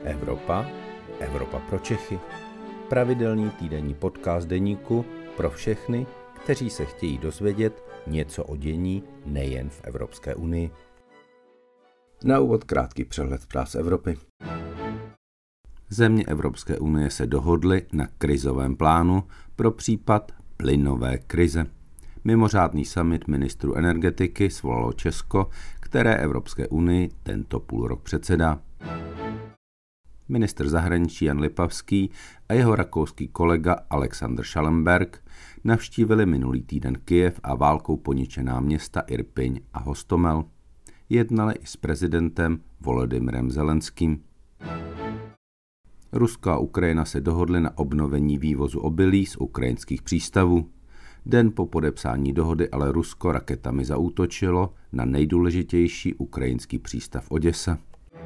Evropa, Evropa pro Čechy. Pravidelný týdenní podcast deníku pro všechny, kteří se chtějí dozvědět něco o dění nejen v Evropské unii. Na úvod krátký přehled zpráv z Evropy. Země Evropské unie se dohodly na krizovém plánu pro případ plynové krize. Mimořádný summit ministrů energetiky svolalo Česko, které Evropské unii tento půlrok předsedá. Ministr zahraničí Jan Lipavský a jeho rakouský kolega Alexander Schallenberg navštívili minulý týden Kyjev a válkou poničená města Irpiň a Hostomel. Jednali i s prezidentem Volodymyrem Zelenským. Rusko a Ukrajina se dohodly na obnovení vývozu obilí z ukrajinských přístavů. Den po podepsání dohody ale Rusko raketami zaútočilo na nejdůležitější ukrajinský přístav Oděsa.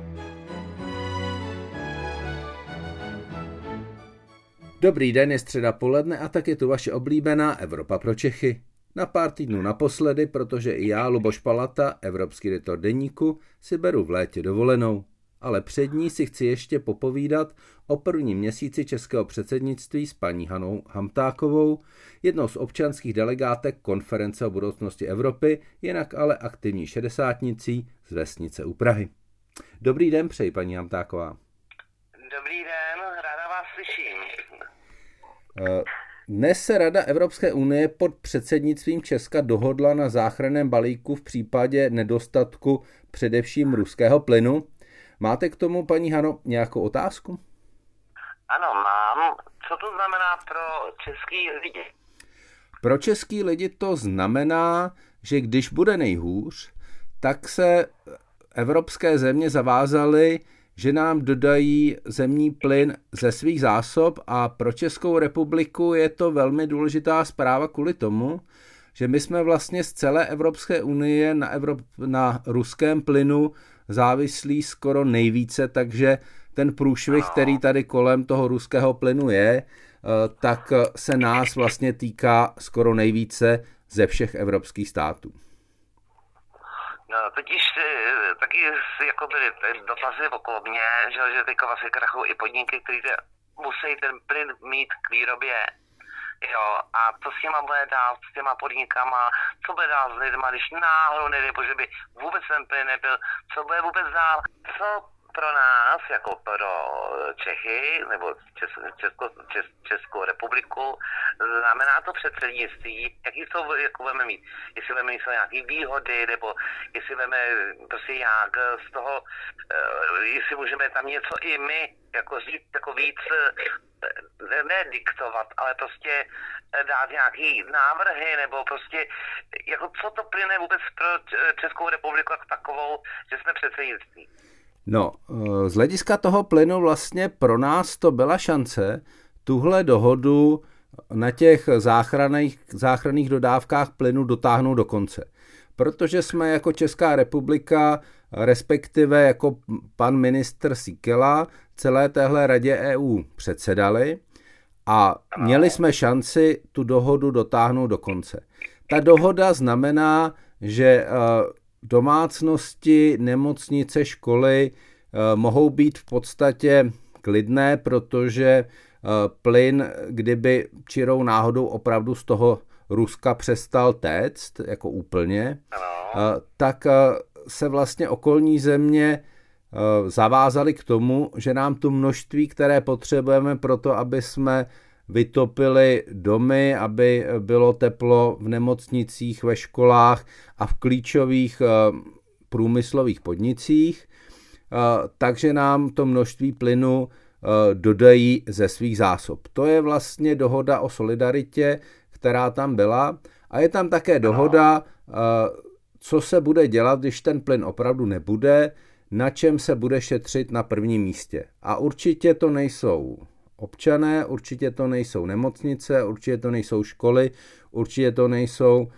Dobrý den, je středa poledne a tak je tu vaše oblíbená Evropa pro Čechy. Na pár týdnů naposledy, protože i já, Luboš Palata, evropský editor deníku, si beru v létě dovolenou. Ale před ní si chci ještě popovídat o prvním měsíci českého předsednictví s paní Hanou Hamtákovou, jednou z občanských delegátek konference o budoucnosti Evropy, jinak ale aktivní šedesátnicí z vesnice u Prahy. Dobrý den přeji, paní Hamtáková. Dobrý den, ráda vás slyším. Dnes se Rada Evropské unie pod předsednictvím Česka dohodla na záchranném balíku v případě nedostatku především ruského plynu. Máte k tomu, paní Hano, nějakou otázku? Ano, mám. Co to znamená pro český lidi? Pro český lidi to znamená, že když bude nejhůř, tak se evropské země zavázaly, že nám dodají zemní plyn ze svých zásob a pro Českou republiku je to velmi důležitá zpráva kvůli tomu, že my jsme vlastně z celé Evropské unie na ruském plynu závislí skoro nejvíce, takže ten průšvih, který tady kolem toho ruského plynu je, tak se nás vlastně týká skoro nejvíce ze všech evropských států. No, totiž taky jako byly dotazy okolo mě, že teďka vlastně krachují i podniky, které musí ten plyn mít k výrobě. Jo, a co s těma bude dál, s těma podnikama, co bude dál s lidma, když náhodou nedej, že by vůbec ten plyn nebyl, co bude vůbec dál, co pro nás, jako pro Čechy, nebo Českou republiku, znamená to předsednictví, jaký to jako budeme mít, jestli budeme mít nějaké výhody, nebo jestli budeme prostě jak z toho, jestli můžeme tam něco i my, jako říct, jako víc, ne diktovat, ale prostě dát nějaký návrhy, nebo prostě, jako co to plyne vůbec pro Českou republiku jako takovou, že jsme předsednictví. No, z hlediska toho plynu vlastně pro nás to byla šance tuhle dohodu na těch záchranných dodávkách plynu dotáhnout do konce. Protože jsme jako Česká republika, respektive jako pan ministr Síkela, celé téhle radě EU předsedali a měli jsme šanci tu dohodu dotáhnout do konce. Ta dohoda znamená, že domácnosti, nemocnice, školy mohou být v podstatě klidné, protože plyn, kdyby čirou náhodou opravdu z toho Ruska přestal téct, jako úplně, tak se vlastně okolní země zavázaly k tomu, že nám tu množství, které potřebujeme pro to, aby jsme vytopili domy, aby bylo teplo v nemocnicích, ve školách a v klíčových průmyslových podnicích, takže nám to množství plynu dodají ze svých zásob. To je vlastně dohoda o solidaritě, která tam byla a je tam také dohoda, co se bude dělat, když ten plyn opravdu nebude, na čem se bude šetřit na prvním místě. A určitě to nejsou občané, určitě to nejsou nemocnice, určitě to nejsou školy, určitě to nejsou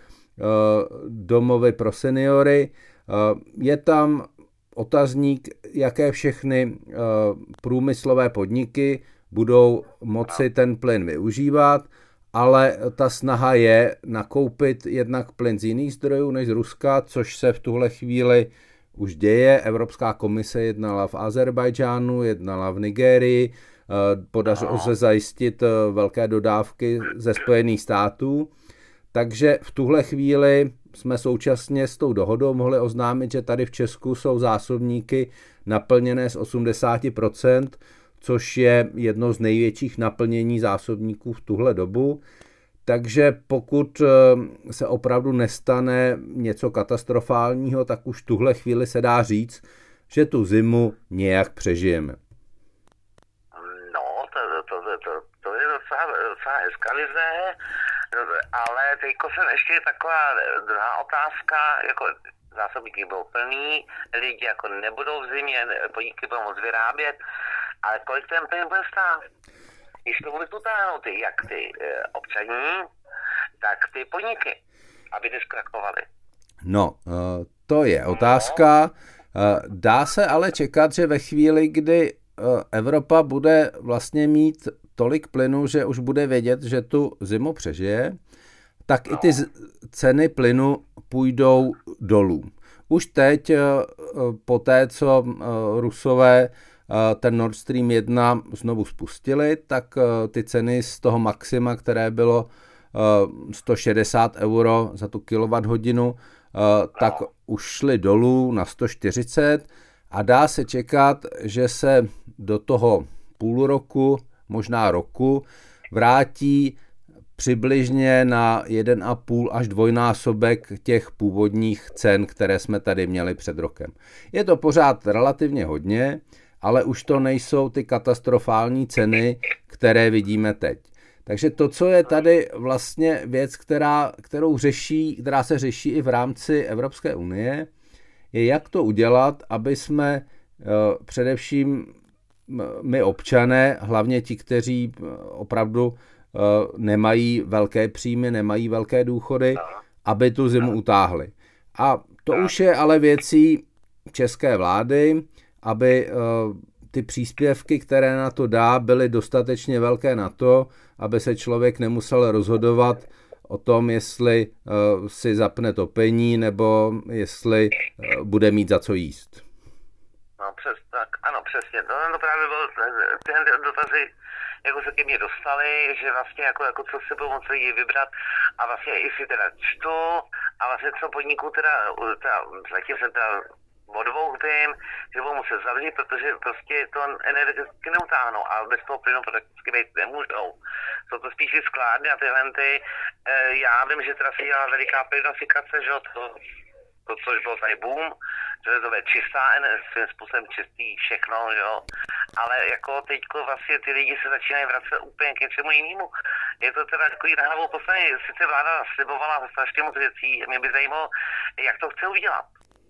domovy pro seniory. Je tam otazník, jaké všechny průmyslové podniky budou moci ten plyn využívat, ale ta snaha je nakoupit jednak plyn z jiných zdrojů než z Ruska, což se v tuhle chvíli už děje. Evropská komise jednala v Azerbajdžánu, jednala v Nigérii, podařilo se zajistit velké dodávky ze Spojených států. Takže v tuhle chvíli jsme současně s tou dohodou mohli oznámit, že tady v Česku jsou zásobníky naplněné z 80%, což je jedno z největších naplnění zásobníků v tuhle dobu. Takže pokud se opravdu nestane něco katastrofálního, tak už v tuhle chvíli se dá říct, že tu zimu nějak přežijeme. No, to je docela hezká vize, ale teďko jsem ještě taková druhá otázka, jako zásobníky budou plný, lidi jako nebudou v zimě, podniky budou moc vyrábět, ale kolik ten plyn bude stát? Když to bude utáhnout jak ty občaní, tak ty podniky, aby neskrachovaly. No, to je otázka. Dá se ale čekat, že ve chvíli, kdy Evropa bude vlastně mít tolik plynu, že už bude vědět, že tu zimu přežije, tak i ty ceny plynu půjdou dolů. Už teď, po té, co Rusové ten Nord Stream 1 znovu spustili, tak ty ceny z toho maxima, které bylo 160 euro za tu kilowatthodinu, tak už šly dolů na 140 a dá se čekat, že se do toho půl roku, možná roku, vrátí přibližně na 1,5 až dvojnásobek těch původních cen, které jsme tady měli před rokem. Je to pořád relativně hodně, ale už to nejsou ty katastrofální ceny, které vidíme teď. Takže to, co je tady vlastně věc, která se řeší i v rámci Evropské unie, je jak to udělat, aby jsme především my občané, hlavně ti, kteří opravdu nemají velké příjmy, nemají velké důchody, aby tu zimu utáhli. A to už je ale věcí české vlády, aby ty příspěvky, které na to dá, byly dostatečně velké na to, aby se člověk nemusel rozhodovat o tom, jestli si zapne topení, nebo jestli bude mít za co jíst. No tak, ano, přesně. To právě byl tyhle dotazy, jako se ke mně dostali, že vlastně jako co si budou moci vybrat a vlastně i si teda čtu a vlastně co podniků teda zatím jsem teda o dvou vím, že budou muset zavřít, protože prostě to energeticky neutáhnou a bez toho plynu prakticky být nemůžou. Jsou to spíš i skládny a tyhle já vím, že teda se dělá veliká plynofikace, že to, což byl tady boom, že to bude čistá, svým způsobem čistý všechno, že jo. Ale jako teďko vlastně ty lidi se začínají vracet úplně k něčemu jinému. Je to teda takový na hlavou postavení, sice vláda slibovala strašně moc věcí, mě by zajímalo, jak to chce udělat.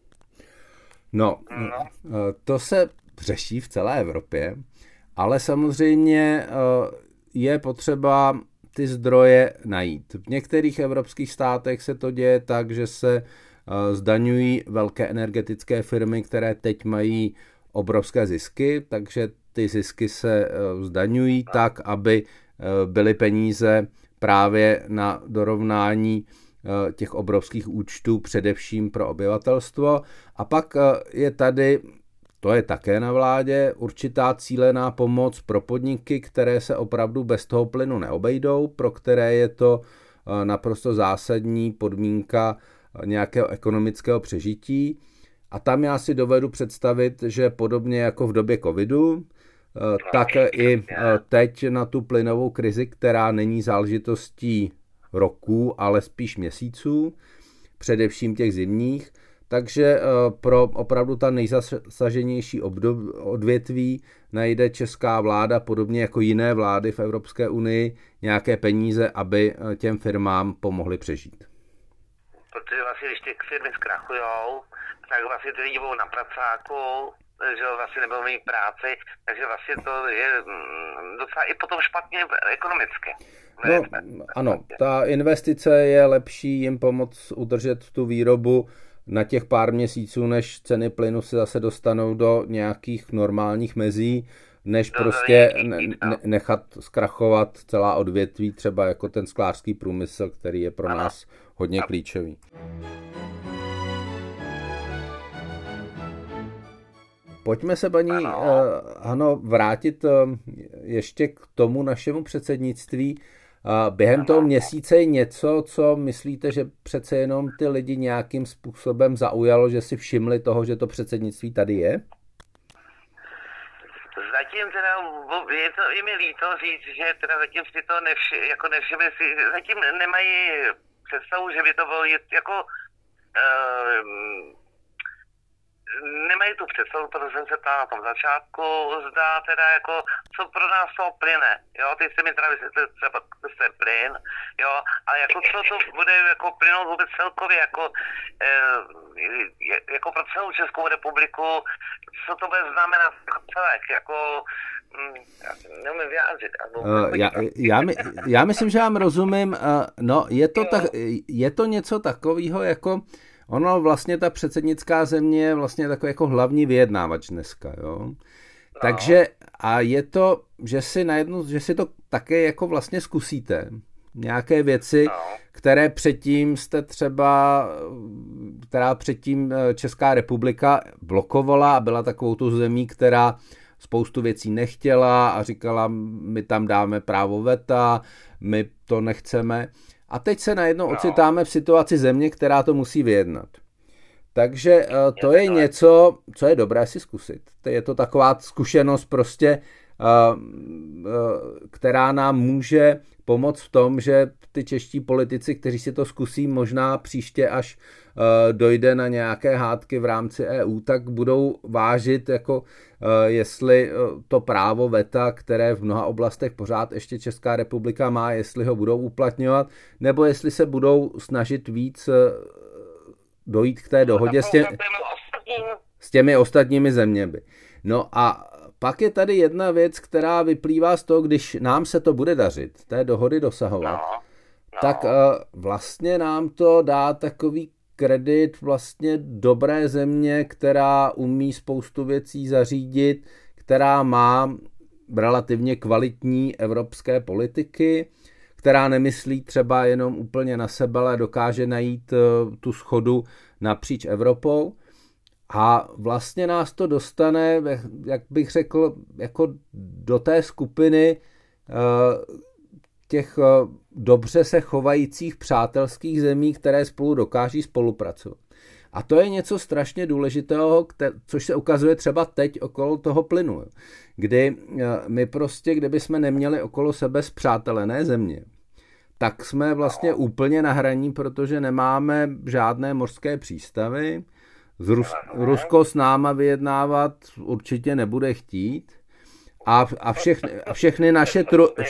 No, to se řeší v celé Evropě, ale samozřejmě je potřeba ty zdroje najít. V některých evropských státech se to děje tak, že se zdaňují velké energetické firmy, které teď mají obrovské zisky, takže ty zisky se zdaňují tak, aby byly peníze právě na dorovnání těch obrovských účtů, především pro obyvatelstvo. A pak je tady, to je také na vládě, určitá cílená pomoc pro podniky, které se opravdu bez toho plynu neobejdou, pro které je to naprosto zásadní podmínka nějakého ekonomického přežití. A tam já si dovedu představit, že podobně jako v době covidu, tak i teď na tu plynovou krizi, která není záležitostí roků, ale spíš měsíců, především těch zimních. Takže pro opravdu ta nejzasaženější odvětví najde česká vláda, podobně jako jiné vlády v Evropské unii, nějaké peníze, aby těm firmám pomohly přežít. Protože vlastně, když ty firmy zkrachujou, tak vlastně ty lidi budou na pracáku, že vlastně nebudou mít práci, takže vlastně to je docela i potom špatně ekonomicky. No, ano, ta investice je lepší jim pomoct udržet tu výrobu na těch pár měsíců, než ceny plynu se zase dostanou do nějakých normálních mezí, než prostě nechat zkrachovat celá odvětví, třeba jako ten sklářský průmysl, který je pro nás hodně klíčový. Pojďme se, paní Hano, vrátit ještě k tomu našemu předsednictví. Během toho měsíce je něco, co myslíte, že přece jenom ty lidi nějakým způsobem zaujalo, že si všimli toho, že to předsednictví tady je? Zatím teda je mi líto říct, že teda zatím si to nevšimli si, zatím nemají představu, že by to bylo jako nemají tu představu, protože jsem se ptal na tom začátku, zdá teda jako, co pro nás to plyne, jo, ty jsi mi teda vysvětlil třeba ten plyn, jo, a jako co to bude jako plynout vůbec celkově, jako pro celou Českou republiku, co to bude znamenat jako celek, jako, neumím vyjádřit. Já myslím, že vám rozumím, no je to něco takového jako, ono vlastně ta předsednická země je vlastně takový jako hlavní vyjednávač dneska, jo. No. Takže a je to, že si to také jako vlastně zkusíte. Nějaké věci, která předtím Česká republika blokovala a byla takovou tu zemí, která spoustu věcí nechtěla a říkala, my tam dáme právo veta, my to nechceme. A teď se najednou ocitáme v situaci země, která to musí vyjednat. Takže to je něco, co je dobré si zkusit. Je to taková zkušenost prostě, která nám může pomoct v tom, že ty čeští politici, kteří si to zkusí možná příště, až dojde na nějaké hádky v rámci EU, tak budou vážit, jako jestli to právo veta, které v mnoha oblastech pořád ještě Česká republika má, jestli ho budou uplatňovat, nebo jestli se budou snažit víc dojít k té dohodě s těmi ostatními zeměmi. No a pak je tady jedna věc, která vyplývá z toho, když nám se to bude dařit, té dohody dosahovat, tak vlastně nám to dá takový kredit vlastně dobré země, která umí spoustu věcí zařídit, která má relativně kvalitní evropské politiky, která nemyslí třeba jenom úplně na sebe, ale dokáže najít tu shodu napříč Evropou. A vlastně nás to dostane, jak bych řekl, jako do té skupiny těch dobře se chovajících přátelských zemí, které spolu dokáží spolupracovat. A to je něco strašně důležitého, což se ukazuje třeba teď okolo toho plynu, kdy my prostě, kdyby jsme neměli okolo sebe spřátelené země, tak jsme vlastně úplně na hraní, protože nemáme žádné mořské přístavy, Rusko s náma vyjednávat určitě nebude chtít a všechny naše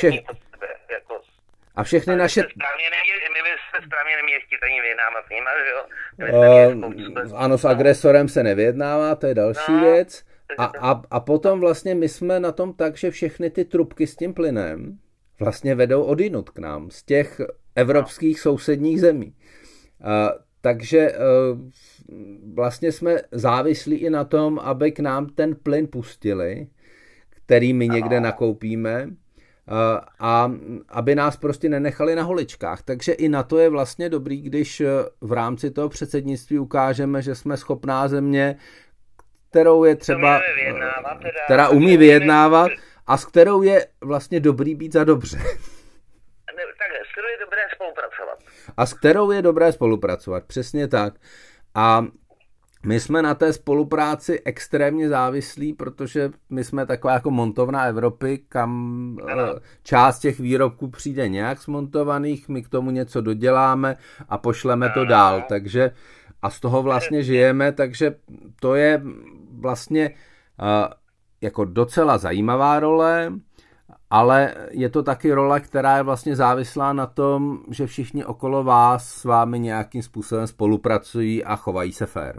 my jsme správně neměli chtít ani vyjednávat s nima, že jo? Ano, s agresorem se nevyjednává, to je další věc. A potom vlastně my jsme na tom tak, že všechny ty trubky s tím plynem vlastně vedou odjinud k nám, z těch evropských sousedních zemí. Takže vlastně jsme závislí i na tom, aby k nám ten plyn pustili, který my někde nakoupíme, a aby nás prostě nenechali na holičkách. Takže i na to je vlastně dobrý, když v rámci toho předsednictví ukážeme, že jsme schopná země, kterou je třeba, která umí vyjednávat a s kterou je vlastně dobrý být za dobře. S kterou je dobré spolupracovat. A s kterou je dobré spolupracovat, přesně tak. A my jsme na té spolupráci extrémně závislí, protože my jsme taková jako montovna Evropy, kam část těch výrobků přijde nějak smontovaných, my k tomu něco doděláme a pošleme to dál. Takže a z toho vlastně žijeme, takže to je vlastně jako docela zajímavá role, ale je to taky role, která je vlastně závislá na tom, že všichni okolo vás s vámi nějakým způsobem spolupracují a chovají se fér.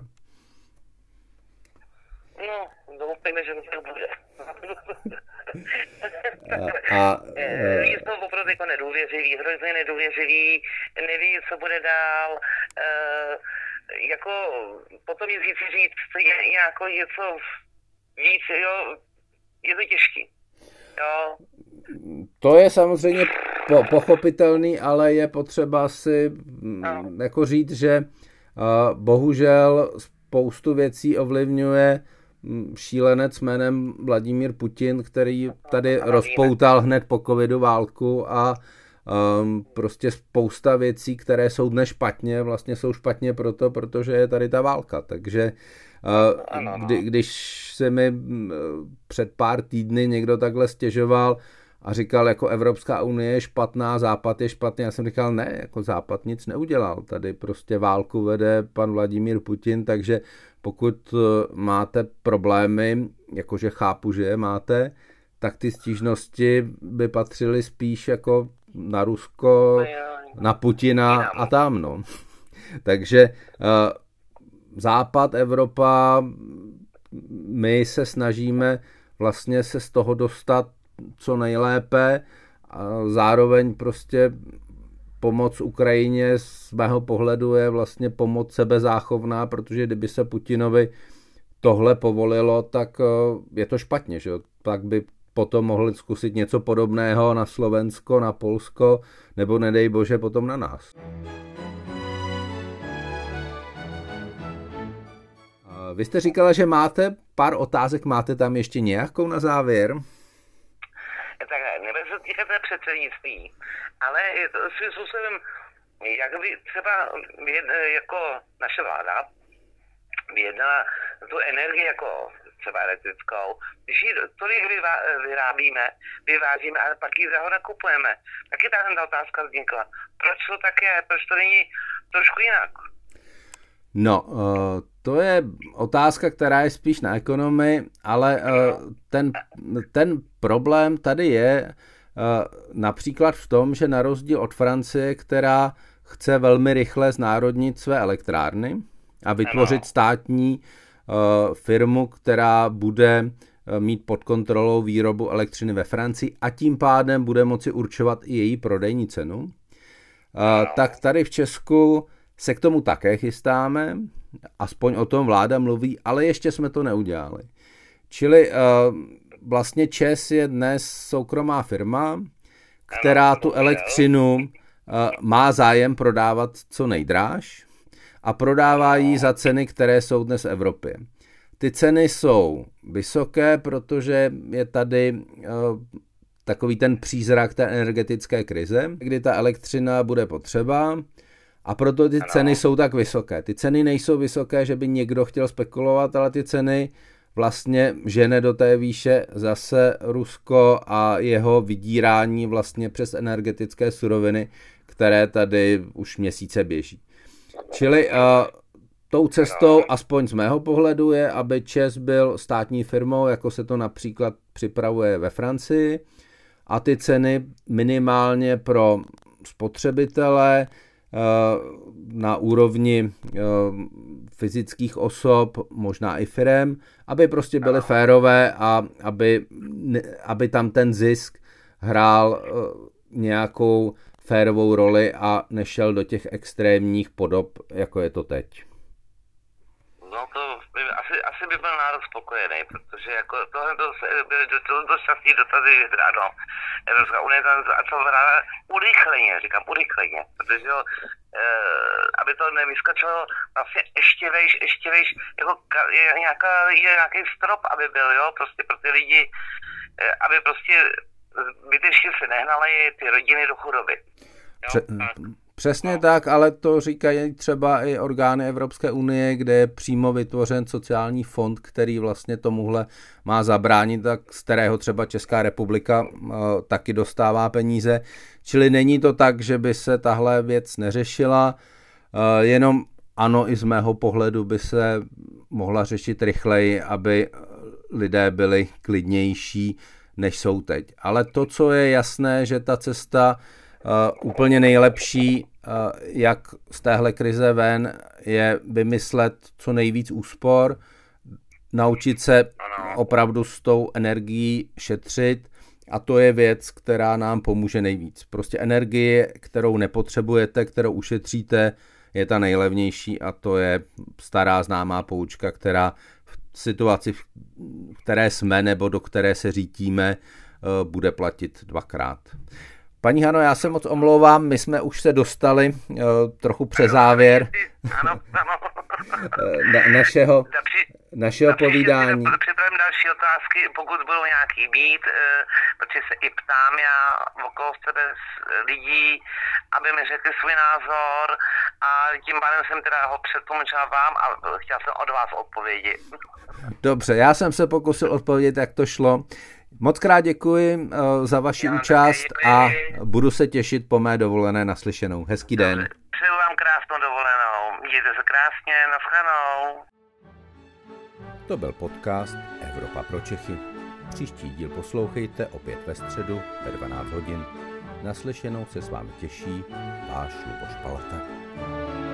No, doufejme, že to tak bude. Lidi jsou opravdu jako nedůvěřiví, hrozně nedůvěřiví, neví, co bude dál. Jako potom je říct, je jako něco víc, jo, je to těžký. Jo. To je samozřejmě pochopitelný, ale je potřeba si jako říct, že bohužel spoustu věcí ovlivňuje šílenec jménem Vladimír Putin, který tady rozpoutal hned po covidu válku a prostě spousta věcí, které jsou dnes špatně, vlastně jsou špatně protože je tady ta válka. Takže když se mi před pár týdny někdo takhle stěžoval a říkal, jako Evropská unie je špatná, Západ je špatný, já jsem říkal, ne, jako Západ nic neudělal. Tady prostě válku vede pan Vladimír Putin, takže pokud máte problémy, jakože chápu, že je máte, tak ty stížnosti by patřily spíš jako na Rusko, na Putina a tam, no. Takže Západ, Evropa, my se snažíme vlastně se z toho dostat co nejlépe a zároveň prostě pomoc Ukrajině z mého pohledu je vlastně pomoc sebezáchovná, protože kdyby se Putinovi tohle povolilo, tak je to špatně, že? Tak by potom mohli zkusit něco podobného na Slovensko, na Polsko, nebo nedej bože potom na nás. Vy jste říkala, že máte pár otázek, máte tam ještě nějakou na závěr? Tak nebude se týkat předsednictví, ale je to svým způsobem, jak by třeba jako naše vláda vyjednala tu energii jako třeba elektrickou, když ji tolik vyrábíme, vyvážíme, ale pak ji draho nakupujeme. Taky ta otázka vznikla. Proč to tak je? Proč to není trošku jinak? No, to je otázka, která je spíš na ekonomii, ale ten problém tady je například v tom, že na rozdíl od Francie, která chce velmi rychle znárodnit své elektrárny a vytvořit státní firmu, která bude mít pod kontrolou výrobu elektřiny ve Francii a tím pádem bude moci určovat i její prodejní cenu, tak tady v Česku se k tomu také chystáme, aspoň o tom vláda mluví, ale ještě jsme to neudělali. Čili vlastně ČEZ je dnes soukromá firma, která tu elektřinu má zájem prodávat co nejdráž a prodává ji za ceny, které jsou dnes v Evropě. Ty ceny jsou vysoké, protože je tady takový ten přízrak té energetické krize, kdy ta elektřina bude potřeba a proto ty ceny jsou tak vysoké. Ty ceny nejsou vysoké, že by někdo chtěl spekulovat, ale ty ceny vlastně žene do té výše zase Rusko a jeho vydírání vlastně přes energetické suroviny, které tady už měsíce běží. Čili tou cestou, aspoň z mého pohledu, je, aby ČEZ byl státní firmou, jako se to například připravuje ve Francii, a ty ceny minimálně pro spotřebitele na úrovni fyzických osob, možná i firem, aby prostě byly férové a aby tam ten zisk hrál nějakou férovou roli a nešel do těch extrémních podob, jako je to teď. No to asi by byl národ spokojený, protože jako tohle byly dočasný dotazy, ano, Evropská unie a co vrát urychleně, říkám urychleně, protože aby to nevyskačilo vlastně ještě vejš, jako je nějaký strop, aby byl, jo, prostě pro ty lidi, aby prostě zbytečně se nehnali ty rodiny do chudoby. Přesně tak, ale to říkají třeba i orgány Evropské unie, kde je přímo vytvořen sociální fond, který vlastně tomuhle má zabránit, tak z kterého třeba Česká republika taky dostává peníze. Čili není to tak, že by se tahle věc neřešila, jenom ano, i z mého pohledu by se mohla řešit rychleji, aby lidé byli klidnější, než jsou teď. Ale to, co je jasné, že ta cesta úplně nejlepší, jak z téhle krize ven, je vymyslet co nejvíc úspor, naučit se opravdu s tou energií šetřit a to je věc, která nám pomůže nejvíc. Prostě energie, kterou nepotřebujete, kterou ušetříte, je ta nejlevnější a to je stará známá poučka, která v situaci, v které jsme nebo do které se řítíme, bude platit dvakrát. Paní Hano, já se moc omlouvám, my jsme už se dostali trochu přes závěr našeho povídání. Připravím další otázky, pokud budou nějaký být, protože se i ptám já okolo sebe lidí, aby mi řekli svůj názor a tím pádem jsem teda ho přetlumočila vám a chtěl jsem od vás odpovědi. Dobře, já jsem se pokusil odpovědět, jak to šlo. Moc krát děkuji za vaši účast a budu se těšit po mé dovolené naslyšenou. Hezký den. Přeju vám krásnou dovolenou. Mějte se krásně, nashledanou. To byl podcast Evropa pro Čechy. Příští díl poslouchejte opět ve středu ve 12 hodin. Naslyšenou se s vámi těší váš Luboš Palata.